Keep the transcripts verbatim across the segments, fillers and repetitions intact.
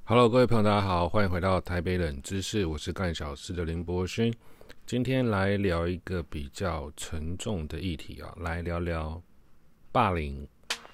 Hello， 各位朋友，大家好，欢迎回到台北冷知识，我是干小事的林伯勋。今天来聊一个比较沉重的议题啊，来聊聊霸凌。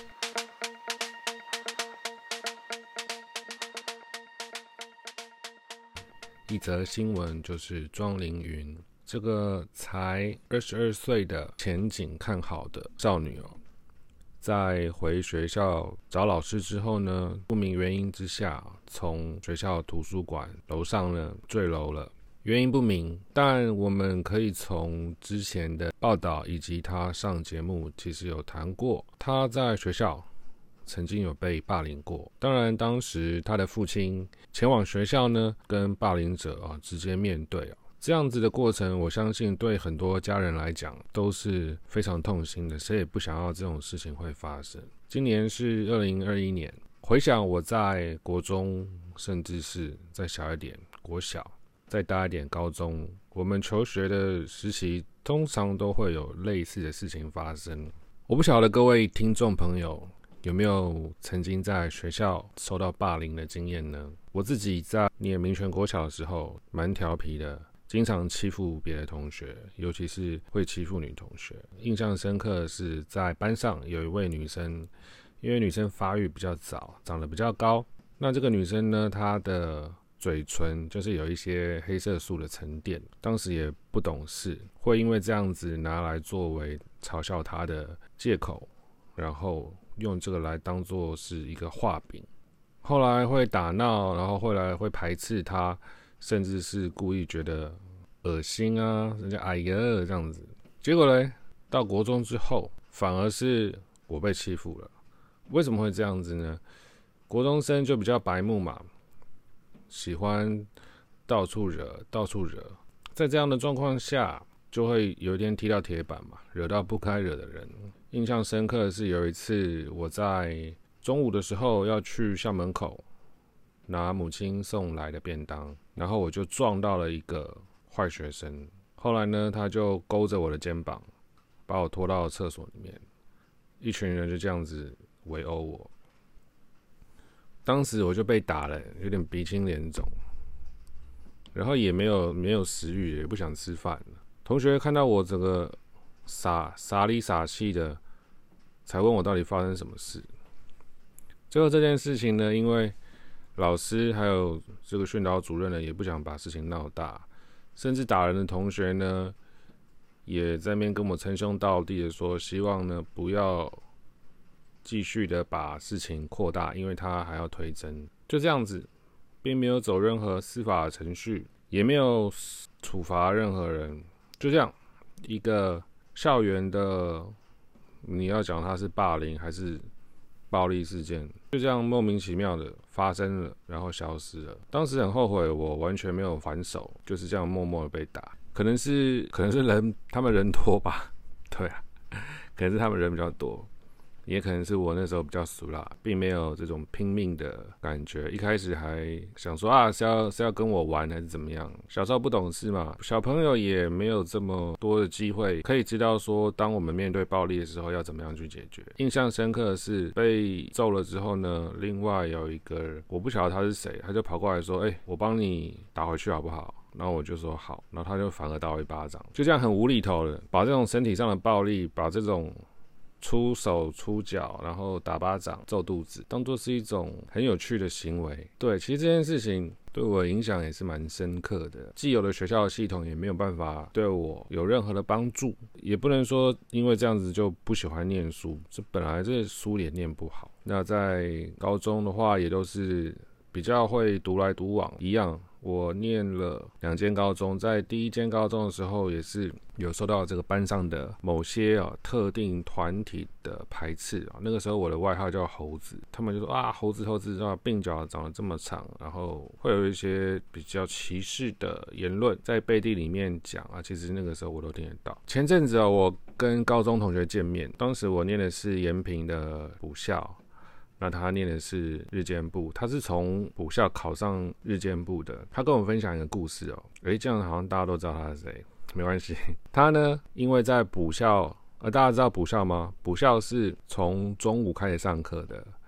一则新闻就是庄凌云这个才二十二岁的前景看好的少女哦，在回学校找老师之后呢，不明原因之下，从学校图书馆楼上呢坠楼了。原因不明，但我们可以从之前的报道以及他上节目，其实有谈过，他在学校曾经有被霸凌过。当然，当时他的父亲前往学校呢，跟霸凌者啊直接面对啊。这样子的过程，我相信对很多家人来讲都是非常痛心的，谁也不想要这种事情会发生。今年是二零二一年，回想我在国中，甚至是再小一点国小，再大一点高中，我们求学的时期通常都会有类似的事情发生。我不晓得各位听众朋友有没有曾经在学校受到霸凌的经验呢？我自己在念民权国小的时候，蛮调皮的，经常欺负别的同学，尤其是会欺负女同学。印象深刻的是在班上有一位女生，因为女生发育比较早，长得比较高，那这个女生呢，她的嘴唇就是有一些黑色素的沉淀，当时也不懂事，会因为这样子拿来作为嘲笑她的借口，然后用这个来当作是一个画饼。后来会打闹，然后后来会排斥她，甚至是故意觉得恶心啊，人家哎呀这样子。结果呢，到国中之后，反而是我被欺负了。为什么会这样子呢？国中生就比较白目嘛，喜欢到处惹，到处惹。在这样的状况下，就会有一天踢到铁板嘛，惹到不该惹的人。印象深刻的是有一次我在中午的时候要去校门口拿母亲送来的便当，然后我就撞到了一个坏学生。后来呢，他就勾着我的肩膀，把我拖到厕所里面，一群人就这样子围殴我。当时我就被打了，有点鼻青脸肿，然后也没有没有食欲，也不想吃饭了。同学看到我整个傻傻里傻气的，才问我到底发生什么事。最后这件事情呢，因为老师还有这个训导主任呢，也不想把事情闹大，甚至打人的同学呢，也在那边跟我称兄道弟的说，希望呢不要继续的把事情扩大，因为他还要推甄。就这样子，并没有走任何司法程序，也没有处罚任何人，就这样一个校园的，你要讲它是霸凌还是暴力事件，就这样莫名其妙的发生了，然后消失了。当时很后悔，我完全没有还手，就是这样默默的被打。可能是可能是人他们人多吧，对啊，可能是他们人比较多，也可能是我那时候比较俗啦，并没有这种拼命的感觉。一开始还想说啊，是要是要跟我玩还是怎么样？小时候不懂事嘛，小朋友也没有这么多的机会可以知道说，当我们面对暴力的时候要怎么样去解决。印象深刻的是被揍了之后呢，另外有一个人，我不晓得他是谁，他就跑过来说：“哎、欸，我帮你打回去好不好？”然后我就说好，然后他就反而打我一巴掌，就这样很无厘头的把这种身体上的暴力，把这种出手出脚，然后打巴掌、揍肚子，当作是一种很有趣的行为。对，其实这件事情对我的影响也是蛮深刻的。既有的学校的系统也没有办法对我有任何的帮助，也不能说因为这样子就不喜欢念书，这本来这书也念不好。那在高中的话，也都是比较会独来独往一样。我念了两间高中，在第一间高中的时候，也是有受到这个班上的某些、啊、特定团体的排斥、啊、那个时候我的外号叫猴子，他们就说啊，猴子猴子啊，鬓角长得这么长，然后会有一些比较歧视的言论在背地里面讲啊，其实那个时候我都听得到。前阵子啊，我跟高中同学见面，当时我念的是延平的补校。那他念的是日间部，他是从补校考上日间部的。他跟我分享一个故事哦，诶，这样好像大家都知道他是谁，没关系。他呢，因为在补校，呃，大家知道补校吗？补校是从中午开始上课的，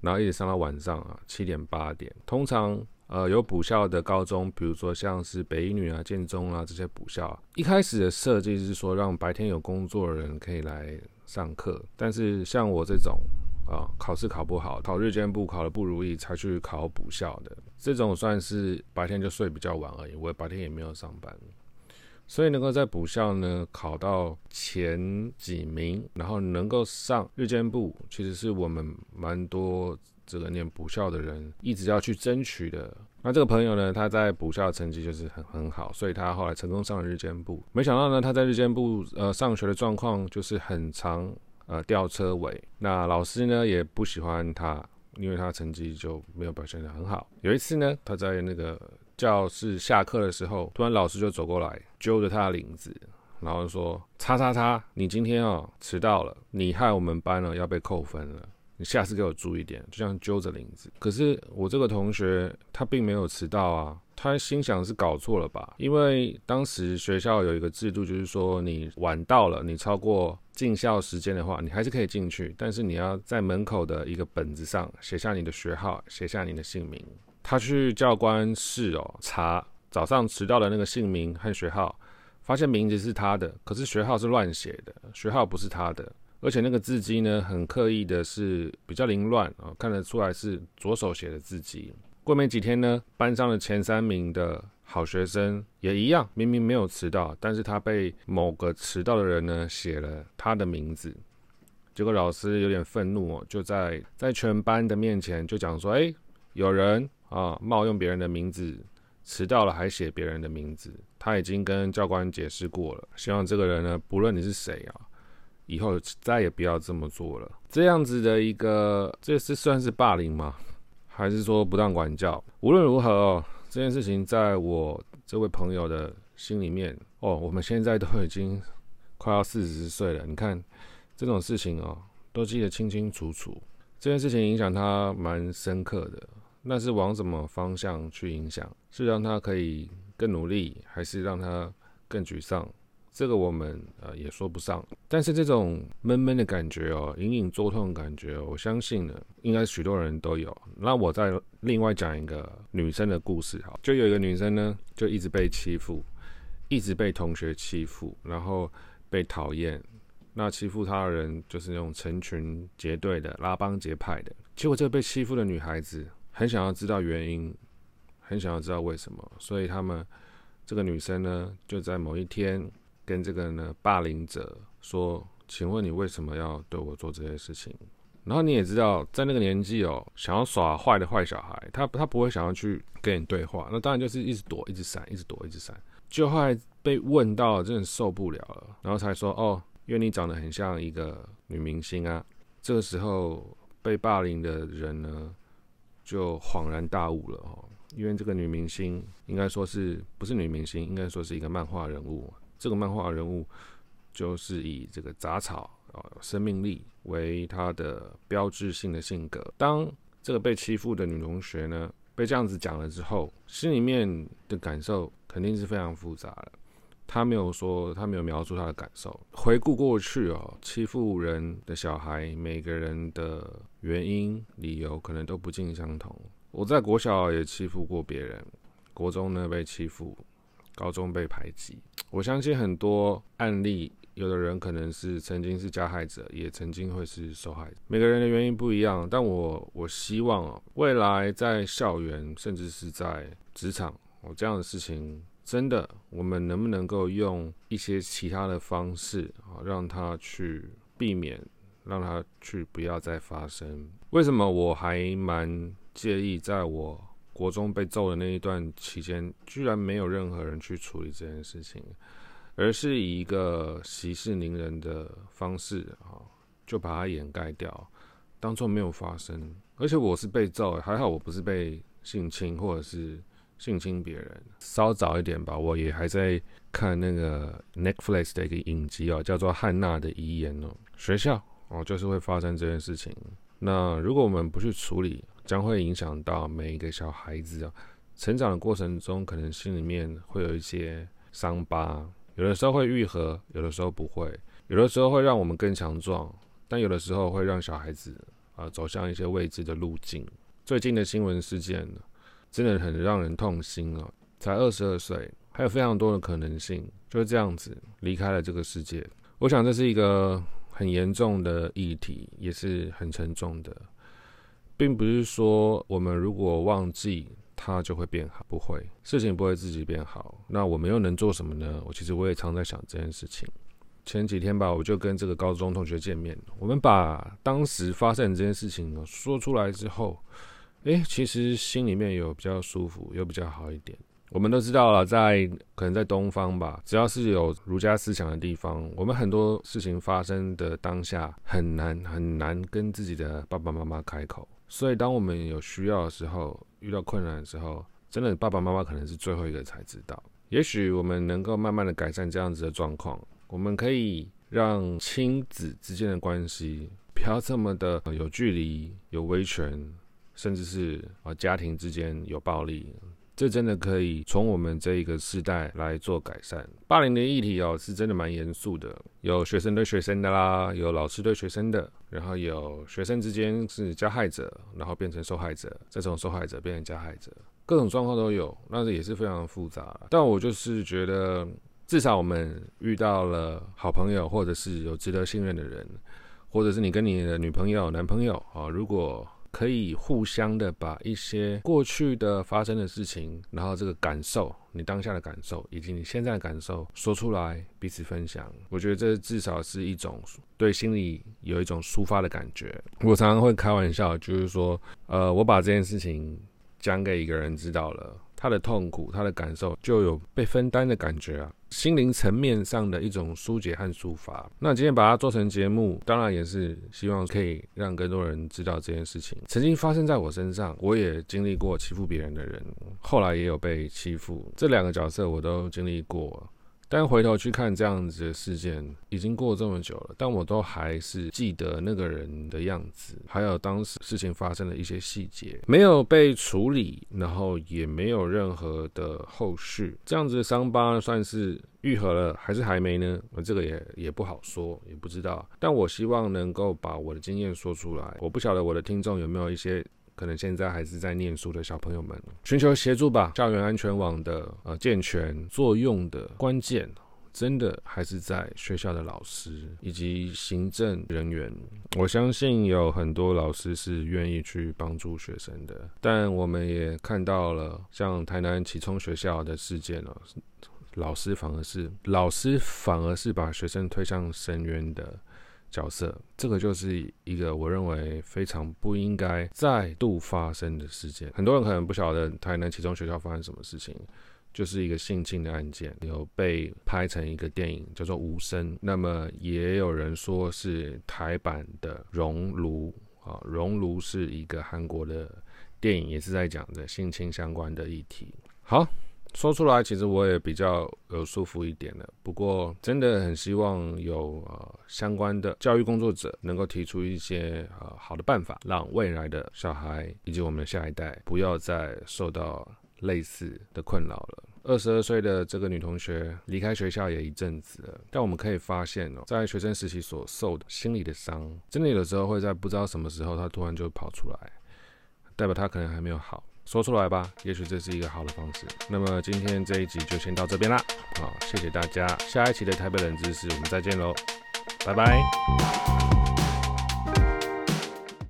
然后一直上到晚上啊七点八点。通常呃有补校的高中，比如说像是北一女啊、建中啊这些补校，一开始的设计是说让白天有工作的人可以来上课，但是像我这种啊，考试考不好，考日间部考得不如意才去考补校的，这种算是白天就睡比较晚而已，我白天也没有上班。所以能够在补校呢考到前几名，然后能够上日间部，其实是我们蛮多这个念补校的人一直要去争取的。那这个朋友呢，他在补校的成绩就是很很好，所以他后来成功上了日间部。没想到呢，他在日间部呃上学的状况就是很常呃吊车尾。那老师呢也不喜欢他，因为他成绩就没有表现得很好。有一次呢，他在那个教室下课的时候，突然老师就走过来，揪着他的领子，然后说：“叉叉叉，你今天哦迟到了，你害我们班了要被扣分了，你下次给我注意点。”就这样揪着领子。可是我这个同学他并没有迟到啊，他心想是搞错了吧？因为当时学校有一个制度，就是说你晚到了，你超过进校时间的话，你还是可以进去，但是你要在门口的一个本子上写下你的学号，写下你的姓名。他去教官室哦查早上迟到的那个姓名和学号，发现名字是他的，可是学号是乱写的，学号不是他的，而且那个字迹呢很刻意的是比较凌乱、哦、看得出来是左手写的字迹。过没几天呢，班上的前三名的好学生也一样，明明没有迟到，但是他被某个迟到的人呢写了他的名字。结果老师有点愤怒哦，就在在全班的面前就讲说：“哎，有人啊冒用别人的名字，迟到了还写别人的名字。他已经跟教官解释过了，希望这个人呢，不论你是谁啊，以后再也不要这么做了。”这样子的一个，这是算是霸凌吗？还是说不当管教？无论如何哦，这件事情在我这位朋友的心里面哦，我们现在都已经快要四十岁了，你看这种事情哦，都记得清清楚楚。这件事情影响他蛮深刻的，那是往什么方向去影响？是让他可以更努力，还是让他更沮丧？这个我们呃也说不上。但是这种闷闷的感觉哦，隐隐作痛的感觉、哦，我相信呢，应该许多人都有。那我再另外讲一个女生的故事，好，就有一个女生呢，就一直被欺负，一直被同学欺负，然后被讨厌。那欺负她的人就是那种成群结队的、拉帮结派的。结果这个被欺负的女孩子很想要知道原因，很想要知道为什么，所以他们这个女生呢，就在某一天跟这个呢霸凌者说：“请问你为什么要对我做这些事情？”然后你也知道，在那个年纪哦，想要耍坏的坏小孩，他他不会想要去跟你对话，那当然就是一直躲、一直闪、一直躲、一直闪。就后来被问到了，真的受不了了，然后才说：“哦，因为你长得很像一个女明星啊。”这个时候被霸凌的人呢，就恍然大悟了哦，因为这个女明星应该说是不是女明星，应该说是一个漫画人物。这个漫画人物就是以这个杂草、哦、生命力为他的标志性的性格。当这个被欺负的女同学呢被这样子讲了之后，心里面的感受肯定是非常复杂的。他没有说，他没有描述他的感受。回顾过去哦，欺负人的小孩，每个人的原因、理由可能都不尽相同。我在国小也欺负过别人，国中呢被欺负，高中被排挤。我相信很多案例，有的人可能是曾经是加害者，也曾经会是受害者。每个人的原因不一样，但我我希望哦，未来在校园甚至是在职场，哦这样的事情。真的，我们能不能够用一些其他的方式，让它去避免，让它去不要再发生？为什么我还蛮介意，在我国中被揍的那一段期间，居然没有任何人去处理这件事情，而是以一个息事宁人的方式，就把它掩盖掉，当作没有发生。而且我是被揍，还好我不是被性侵或者是性侵别人。稍早一点吧，我也还在看那个 Netflix 的一个影集哦，叫做《汉娜的遗言》哦。学校哦，就是会发生这件事情。那如果我们不去处理，将会影响到每一个小孩子哦，成长的过程中，可能心里面会有一些伤疤，有的时候会愈合，有的时候不会，有的时候会让我们更强壮，但有的时候会让小孩子呃走向一些未知的路径。最近的新闻事件真的很让人痛心哦，才二十二岁，还有非常多的可能性，就是这样子离开了这个世界。我想这是一个很严重的议题，也是很沉重的，并不是说我们如果忘记它就会变好，不会，事情不会自己变好。那我们又能做什么呢？我其实我也常在想这件事情。前几天吧，我就跟这个高中同学见面，我们把当时发生的这件事情说出来之后，诶，其实心里面有比较舒服，又比较好一点。我们都知道了，在可能在东方吧，只要是有儒家思想的地方，我们很多事情发生的当下很难很难跟自己的爸爸妈妈开口。所以当我们有需要的时候，遇到困难的时候，真的爸爸妈妈可能是最后一个才知道。也许我们能够慢慢的改善这样子的状况，我们可以让亲子之间的关系不要这么的有距离、有威权，甚至是家庭之间有暴力。这真的可以从我们这一个世代来做改善。霸凌的议题哦，是真的蛮严肃的，有学生对学生的啦，有老师对学生的，然后有学生之间是加害者，然后变成受害者，再从受害者变成加害者，各种状况都有，那也是非常复杂。但我就是觉得，至少我们遇到了好朋友，或者是有值得信任的人，或者是你跟你的女朋友、男朋友啊，如果可以互相的把一些过去的发生的事情，然后这个感受，你当下的感受以及你现在的感受说出来，彼此分享，我觉得这至少是一种对心里有一种抒发的感觉。我常常会开玩笑，就是说呃，我把这件事情讲给一个人知道了，他的痛苦他的感受就有被分担的感觉啊，心灵层面上的一种疏解和抒发。那今天把它做成节目，当然也是希望可以让更多人知道这件事情曾经发生在我身上，我也经历过欺负别人的人，后来也有被欺负，这两个角色我都经历过。但回头去看这样子的事件，已经过这么久了，但我都还是记得那个人的样子，还有当时事情发生的一些细节，没有被处理，然后也没有任何的后续。这样子的伤疤算是愈合了，还是还没呢？这个也也不好说，也不知道。但我希望能够把我的经验说出来。我不晓得我的听众有没有一些可能现在还是在念书的小朋友们，寻求协助吧。校园安全网的呃健全作用的关键，真的还是在学校的老师以及行政人员。我相信有很多老师是愿意去帮助学生的，但我们也看到了像台南启聪学校的事件哦，老师反而是老师反而是把学生推向深渊的角色，这个就是一个我认为非常不应该再度发生的事件。很多人可能不晓得台南启聪学校发生什么事情，就是一个性侵的案件，有被拍成一个电影叫做《无声》，那么也有人说是台版的《熔炉》啊，《熔炉》是一个韩国的电影，也是在讲的性侵相关的议题。好。说出来其实我也比较有舒服一点了，不过真的很希望有、呃、相关的教育工作者能够提出一些、呃、好的办法，让未来的小孩以及我们的下一代不要再受到类似的困扰了。二十二岁的这个女同学离开学校也一阵子了，但我们可以发现哦，在学生时期所受的心理的伤，真的有的时候会在不知道什么时候她突然就跑出来，代表她可能还没有好。说出来吧，也许这是一个好的方式。那么今天这一集就先到这边啦，好，谢谢大家。下一期的台北冷知识我们再见喽，拜拜。